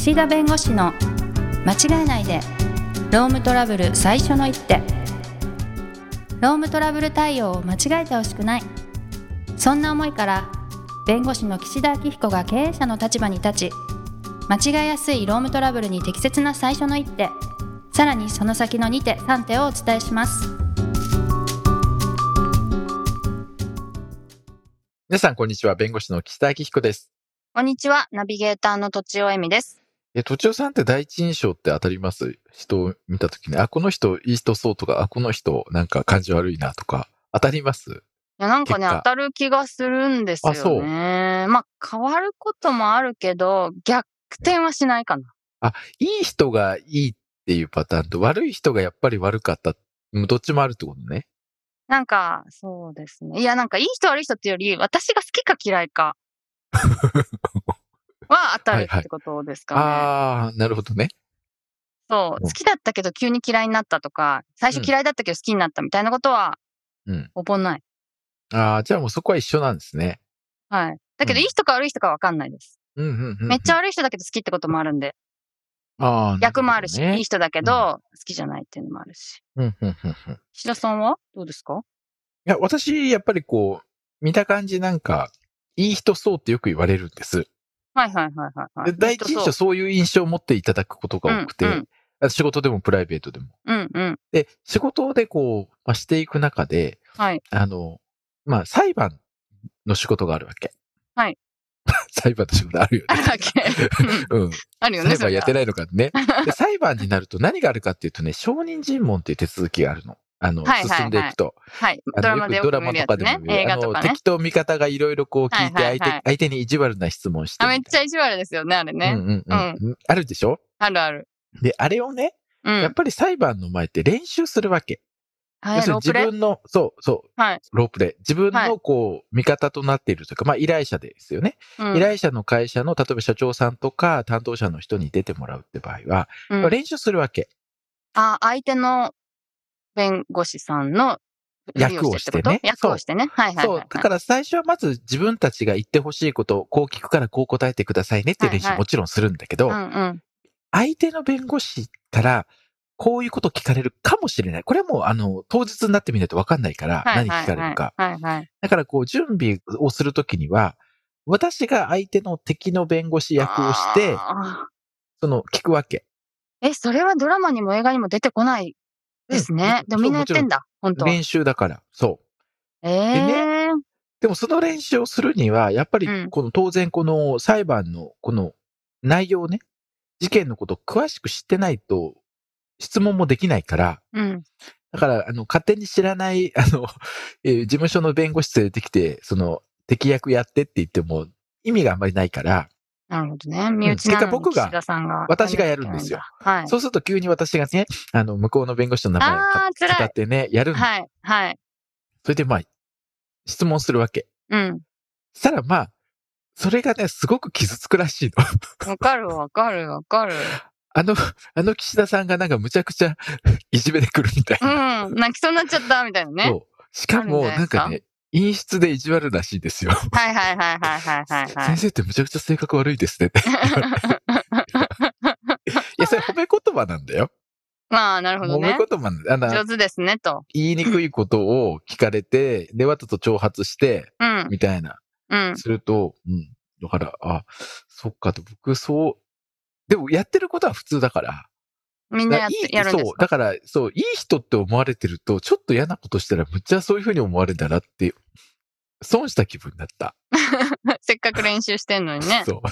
岸田弁護士の間違えないでロームトラブル最初の一手。ロームトラブル対応を間違えてほしくない、そんな思いから弁護士の岸田明彦が経営者の立場に立ち、間違えやすいロームトラブルに適切な最初の一手、さらにその先の2手3手をお伝えします。 皆さんこんにちは。弁護士の岸田明彦です。 こんにちは。ナビゲーターのとちおえみです。 とちおさんって第一印象って当たります？人を見たときに、この人いい人そうとか、この人なんか感じ悪いなとか、当たります？ いや、なんかね、当たる気がするんですよね。まあ、変わることもあるけど、逆転はしないかな。 いい人がいいっていうパターンと、悪い人がやっぱり悪かった。どっちもあるってことね。 なんか、そうですね。いや、なんかいい人悪い人っていうより、私が好きか嫌いかは当たるってことですかね。 はい、なるほどね。 そう、好きだったけど急に嫌いになったとか、最初嫌いだったけど好きになったみたいなことは、ほぼない。 じゃあもうそこは一緒なんですね。 はい。だけど、いい人か悪い人かわかんないです。めっちゃ悪い人だけど好きってこともあるんで。逆もあるし、いい人だけど、好きじゃないっていうのもあるし。岸田さんはどうですか？ いや、私、やっぱり見た感じなんか、いい人そうってよく言われるんです。 はい。 で、第一印象そういう印象を持っていただくことが多くて、仕事でもプライベートでも。で、仕事でしていく中で、裁判の仕事があるわけ。 はい。 裁判の仕事あるよね。 あるわけ。あるよね。 裁判やってないのかね。で、裁判になると何があるかっていうとね、証人尋問っていう手続きがあるの。進んでいくと。 はい。ドラマとかでも見るやつね。映画とかね。 敵と味方がいろいろ聞いて、相手に意地悪な質問して。 めっちゃ意地悪ですよね、あれね。 あるでしょ？ ある。 で、あれをね、やっぱり裁判の前って練習するわけ。自分の、ロープレイ。自分の味方となっているというか、依頼者ですよね。依頼者の会社の、例えば社長さんとか担当者の人に出てもらうって場合は、練習するわけ。 相手の弁護士さんの役をしてね。 役をしてね。 そう。だから最初はまず自分たちが言ってほしいことをこう聞くからこう答えてくださいねっていう練習もちろんするんだけど、相手の弁護士からこういうこと聞かれるかもしれない。これはもう当日になってみないと分かんないから、何聞かれるか。だから準備をするときには、私が相手の敵の弁護士役をして、聞くわけ。 それはドラマにも映画にも出てこないですね。でもみんなやってんだ、本当。 練習だから、そう。でね、でもその練習をするには、やっぱり当然裁判の内容ね、事件のことを詳しく知ってないと質問もできないから、だから勝手に知らない事務所の弁護士連れてきて敵役やってって言っても意味があんまりないから。 なるほどね。身内なのに岸田さんが。 私がやるんですよ。そうすると急に私がね、向こうの弁護士の名前を語ってね、やるんです。それで質問するわけ。そしたらそれがね、すごく傷つくらしいの。 わかる。 岸田さんがなんかむちゃくちゃいじめでくるみたいな。 泣きそうになっちゃったみたいなね。 そう。しかもなんかね、陰湿で意地悪らしいですよ。先生ってむちゃくちゃ性格悪いですね。いや、それ褒め言葉なんだよ。 なるほどね。 褒め言葉なんだ。 上手ですね、と。 言いにくいことを聞かれて、で、わざと挑発して、みたいな。すると、だから、そっかと、僕でもやってることは普通だから。 みんなやるんですか？ そう。だから、いい人って思われてると、ちょっと嫌なことしたらむっちゃそういう風に思われるんだなって、損した気分になった。 せっかく練習してんのにね。 そう。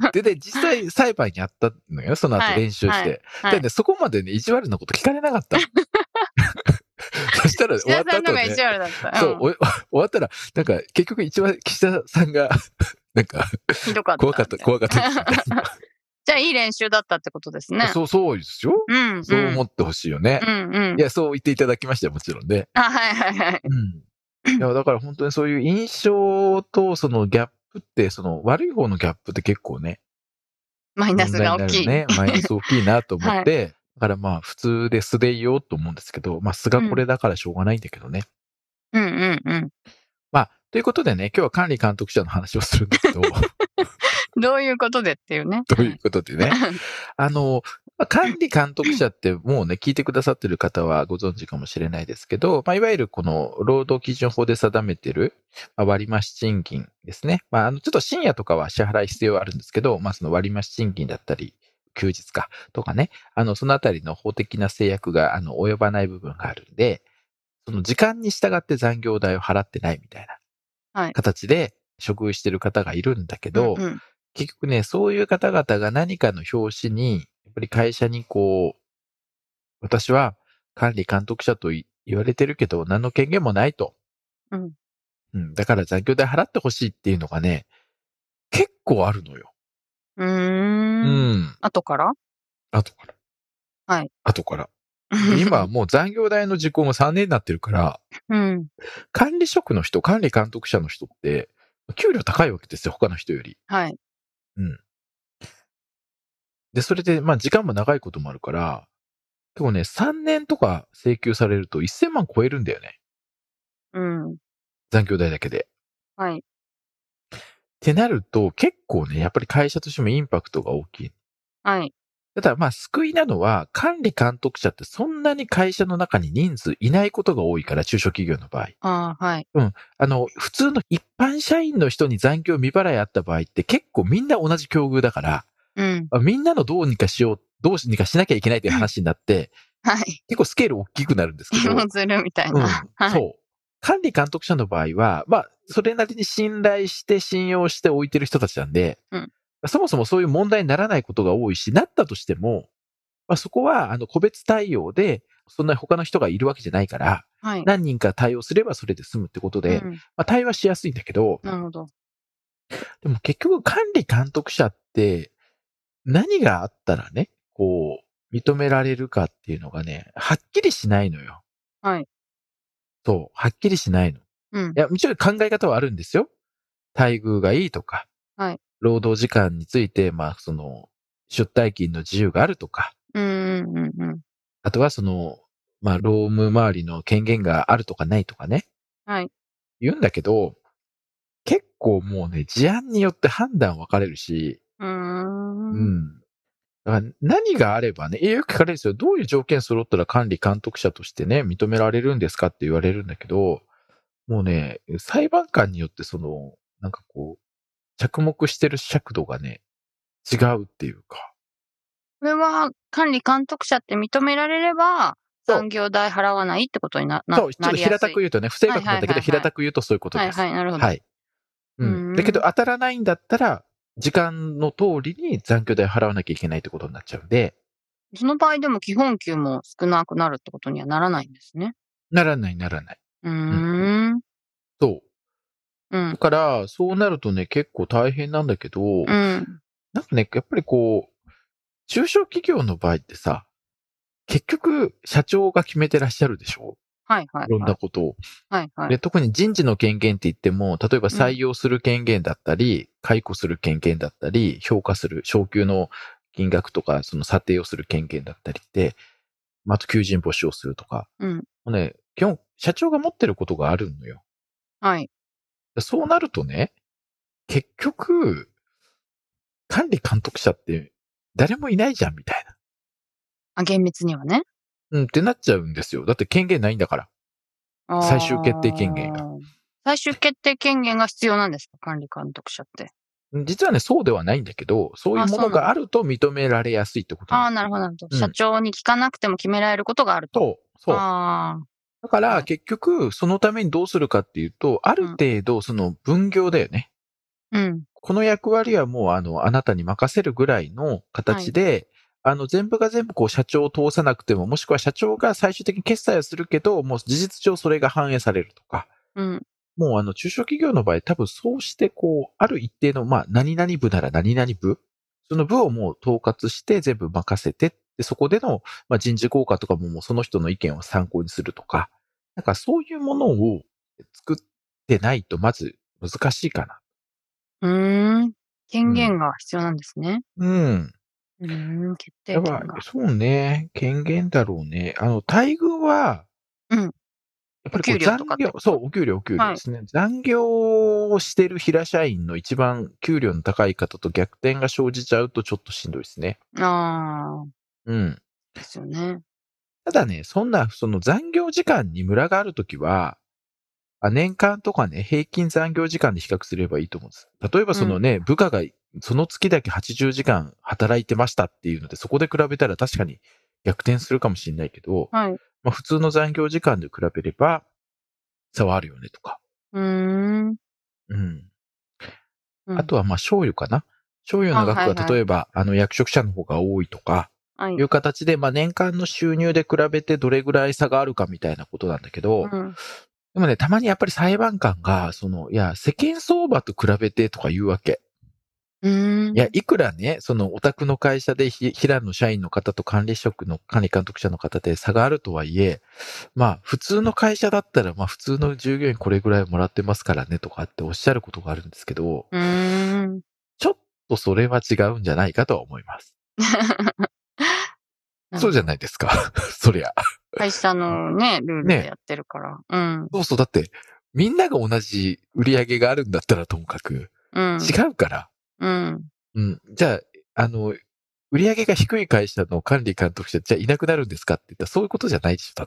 で、実際裁判やったのよ、その後練習して。でね、そこまでね、意地悪なこと聞かれなかった。そしたら終わった後ね。そう、終わったら、なんか結局一番岸田さんが、なんか、怖かった。 じゃあいい練習だったってことですね。 そうですよ。そう思ってほしいよね。いや、そう言っていただきましたよ、もちろんね。 はい。 いや、だから本当にそういう印象とそのギャップって、悪い方のギャップって結構ね。 マイナスが大きい。 マイナス大きいなと思って、だから普通で素でいようと思うんですけど、素がこれだからしょうがないんだけどね。 ということでね、今日は管理監督者の話をするんですけど。 どういうことでっていうね。 どういうことでね。管理監督者ってもうね、聞いてくださってる方はご存知かもしれないですけど、いわゆるこの労働基準法で定めてる、割増賃金ですね。ちょっと深夜とかは支払い必要あるんですけど、その割増賃金だったり、休日かとかね、そのあたりの法的な制約が、及ばない部分があるんで、その時間に従って残業代を払ってないみたいな形で処遇してる方がいるんだけど、結局ね、そういう方々が何かの表紙に、やっぱり会社に私は管理監督者と言われてるけど、何の権限もないと。だから残業代払ってほしいっていうのがね、結構あるのよ。 後からはい。 後から。今はもう残業代の時効も3年になってるから、管理職の人、管理監督者の人って、給料高いわけですよ、他の人より。 はい。 で、それで、時間も長いこともあるから、結構ね、3年とか請求されると1000万超えるんだよね。残業代だけで。 はい。 ってなると、結構ね、やっぱり会社としてもインパクトが大きい。 はい。 ただ救いなのは、管理監督者ってそんなに会社の中に人数いないことが多いから、中小企業の場合。はい。 普通の一般社員の人に残業未払いあった場合って結構みんな同じ境遇だから、みんなのどうにかしなきゃいけないという話になって、 はい。 結構スケール大きくなるんですけど。 するみたいな。 そう。管理監督者の場合は、それなりに信頼して信用して置いてる人たちなんで、そもそもそういう問題にならないことが多いし、なったとしても、そこは個別対応で、そんな他の人がいるわけじゃないから、何人か対応すればそれで済むってことで、対応はしやすいんだけど、 なるほど。 でも結局管理監督者って何があったらね、認められるかっていうのがね、はっきりしないのよ。 はい。 そう、はっきりしないの。いや、もちろん考え方はあるんですよ。待遇がいいとか、労働時間について、出退勤の自由があるとか、あとは労務周りの権限があるとかないとかね。言うんだけど、結構もうね、事案によって判断分かれるし、だから何があればね、よく聞かれるんですよ。どういう条件揃ったら管理監督者としてね、認められるんですかって言われるんだけど、もうね、裁判官によって着目してる尺度がね、違うっていうか。 これは管理監督者って認められれば、残業代払わないってことになりやすい。 そう、ちょっと平たく言うとね、不正確なんだけど、平たく言うとそういうことです。 なるほど。 はい。だけど当たらないんだったら、時間の通りに残業代払わなきゃいけないってことになっちゃうんで。 その場合でも基本給も少なくなるってことにはならないんですね。 ならない。そう。だから、そうなるとね、結構大変なんだけど、なんかね、やっぱり中小企業の場合ってさ、結局、社長が決めてらっしゃるでしょ？いろんなことを。で、特に人事の権限って言っても、例えば採用する権限だったり、解雇する権限だったり、評価する、昇給の金額とか、その査定をする権限だったりって、あと求人募集をするとか。基本、社長が持ってることがあるのよ。そうなるとね、結局、管理監督者って誰もいないじゃん、みたいな。 厳密にはね。 ってなっちゃうんですよ。だって権限ないんだから。最終決定権限が。 最終決定権限が必要なんですか、管理監督者って。 実はね、そうではないんだけど、そういうものがあると認められやすいってことなるほど。社長に聞かなくても決められることがあると。 そう。だから、結局、そのためにどうするかっていうと、ある程度、その分業だよね。この役割はもう、あなたに任せるぐらいの形で、全部が全部社長を通さなくても、もしくは社長が最終的に決済をするけど、もう事実上それが反映されるとか。もう中小企業の場合、多分そうしてある一定の、何々部なら何々部、その部をもう統括して全部任せて、で、そこでの、人事効果とかももうその人の意見を参考にするとか、なんかそういうものを作ってないとまず難しいかな。 権限が必要なんですね。決定権が。 そうね、権限だろうね。待遇は、 やっぱり残業、そう、お給料ですね。はい、残業をしてる平社員の一番給料の高い方と逆転が生じちゃうとちょっとしんどいですね。 ああ。 うん。 ですよね。 ただね、その残業時間にムラがあるときは、年間とかね、平均残業時間で比較すればいいと思うんです。例えば部下がその月だけ80時間働いてましたっていうので、そこで比べたら確かに逆転するかもしれないけど、 はい。 普通の残業時間で比べれば差はあるよねとか。うん。あとは賞与かな。賞与の額が例えば、役職者の方が多いとか、いう形で、年間の収入で比べてどれぐらい差があるかみたいなことなんだけど、でもね、たまにやっぱり裁判官が、世間相場と比べてとか言うわけ。いや、いくらね、お宅の会社で平野社員の方と管理監督者の方で差があるとはいえ、普通の会社だったら、普通の従業員これぐらいもらってますからねとかっておっしゃることがあるんですけど、ちょっとそれは違うんじゃないかとは思います。そうじゃないですか。そりゃ。 会社のね、ルールでやってるから。 そうそう。だって、みんなが同じ売り上げがあるんだったらともかく、違うから。じゃあ、売り上げが低い会社の管理監督者じゃあいなくなるんですかって言ったらそういうことじゃないでしょ、だって。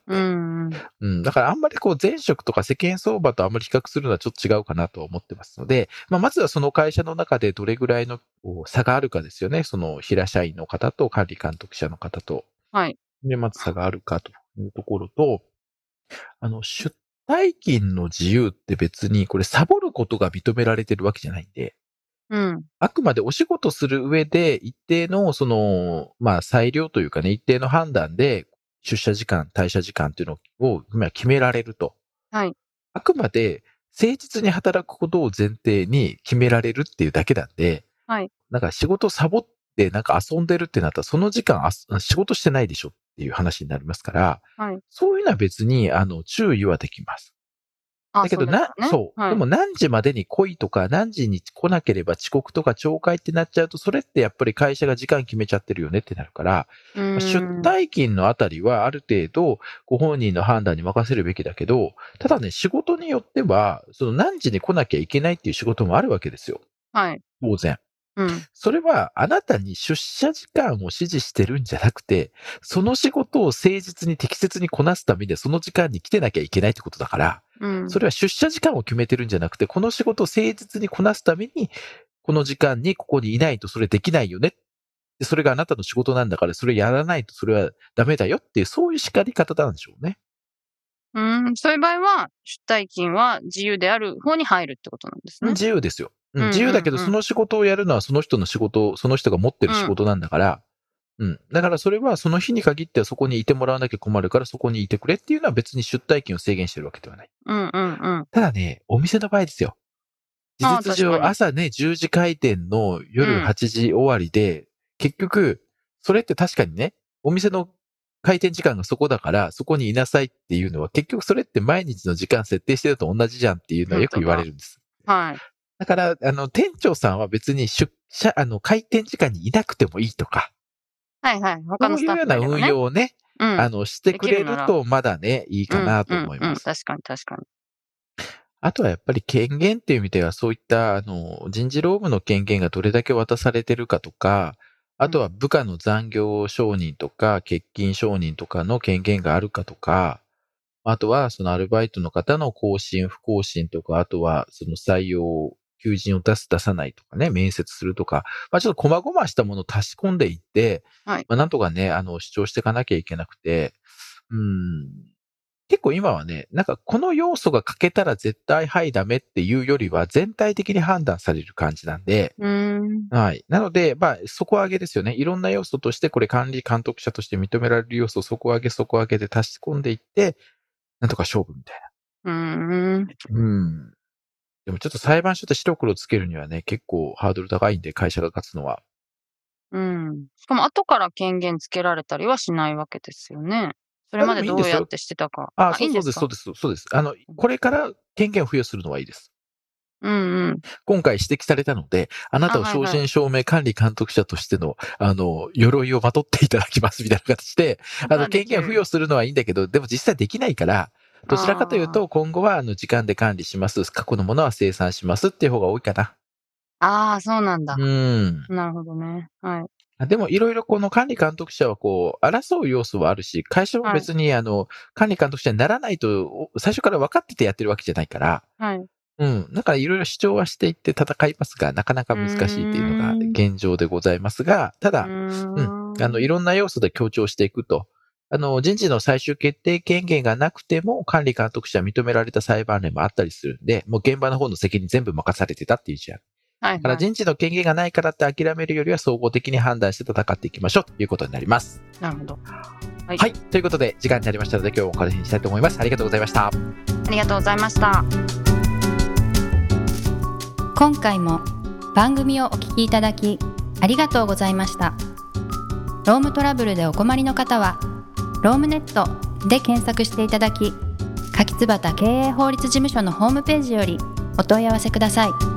だからあんまり前職とか世間相場とあんまり比較するのはちょっと違うかなと思ってますので、まずはその会社の中でどれぐらいの差があるかですよね。その平社員の方と管理監督者の方と。 はい。 で、まず差があるかというところと、出退勤の自由って別にこれサボることが認められてるわけじゃないんで、あくまでお仕事する上で一定の裁量というかね、一定の判断で出社時間、退社時間っていうのを今決められると。 はい。 あくまで誠実に働くことを前提に決められるっていうだけなんで、 はい。 なんか仕事サボってなんか遊んでるってなったらその時間仕事してないでしょっていう話になりますから、 はい、 そういうのは別に注意はできます。だけどそう。でも何時までに来いとか、何時に来なければ遅刻とか懲戒ってなっちゃうと、それってやっぱり会社が時間決めちゃってるよねってなるから、出退勤のあたりはある程度ご本人の判断に任せるべきだけど、ただね、仕事によっては、何時に来なきゃいけないっていう仕事もあるわけですよ。 はい。 当然。それはあなたに出社時間を指示してるんじゃなくて、その仕事を誠実に適切にこなすためにその時間に来てなきゃいけないってことだから、それは出社時間を決めてるんじゃなくて、この仕事を誠実にこなすために、この時間にここにいないとそれできないよね。でそれがあなたの仕事なんだから、それやらないとそれはダメだよっていう、そういう叱り方なんでしょうね。 そういう場合は、出退勤は自由である方に入るってことなんですね。 自由ですよ。自由だけど、その仕事をやるのはその人の仕事、その人が持ってる仕事なんだから、だからそれはその日に限ってはそこにいてもらわなきゃ困るからそこにいてくれっていうのは別に出退勤を制限してるわけではない。ただね、お店の場合ですよ。事実上朝ね、10時開店の夜8時終わりで、結局、それって確かにね、お店の開店時間がそこだから、そこにいなさいっていうのは、結局それって毎日の時間設定してると同じじゃんっていうのはよく言われるんです。 はい。 だから、店長さんは別に開店時間にいなくてもいいとか。 はいはい。他のスタッフそういうような運用をね、してくれるとまだね、いいかなと思います。 確かに確かに。 あとはやっぱり権限っていう意味では、そういった、人事労務の権限がどれだけ渡されてるかとか、あとは部下の残業承認とか、欠勤承認とかの権限があるかとか、あとはそのアルバイトの方の更新、不更新とか、あとはその採用、求人を出さないとかね、面接するとか、ちょっと細々したものを足し込んでいって、なんとかね、主張していかなきゃいけなくて、結構今はね、なんかこの要素が欠けたら絶対はいダメっていうよりは全体的に判断される感じなんで、はい。なので、底上げですよね。いろんな要素としてこれ管理監督者として認められる要素を底上げで足し込んでいって、なんとか勝負みたいな。でもちょっと裁判所で白黒つけるにはね、結構ハードル高いんで、会社が勝つのは。 しかも後から権限つけられたりはしないわけですよね。それまでどうやってしてたか。 そうです。これから権限を付与するのはいいです。今回指摘されたので、あなたを正真正銘管理監督者としての、鎧をまとっていただきますみたいな形で、権限を付与するのはいいんだけど、でも実際できないから、 どちらかというと、今後は時間で管理します。過去のものは清算しますっていう方が多いかな。 ああ、そうなんだ。なるほどね。はい。 でも、いろいろこの管理監督者は争う要素はあるし、会社も別に管理監督者にならないと、最初から分かっててやってるわけじゃないから、はい。だからいろいろ主張はしていって戦いますが、なかなか難しいっていうのが現状でございますが、ただ、いろんな要素で強調していくと。人事の最終決定権限がなくても、管理監督者認められた裁判例もあったりするんで、もう現場の方の責任全部任されてたっていう事案。はいはい、だから人事の権限がないからって諦めるよりは総合的に判断して戦っていきましょうということになります。 なるほど。 はい。ということで、時間になりましたので、今日はこれにしたいと思います。ありがとうございました。 ありがとうございました。 今回も番組をお聞きいただき、ありがとうございました。ロームトラブルでお困りの方は、ロームネットで検索していただき、柿椿経営法律事務所のホームページよりお問い合わせください。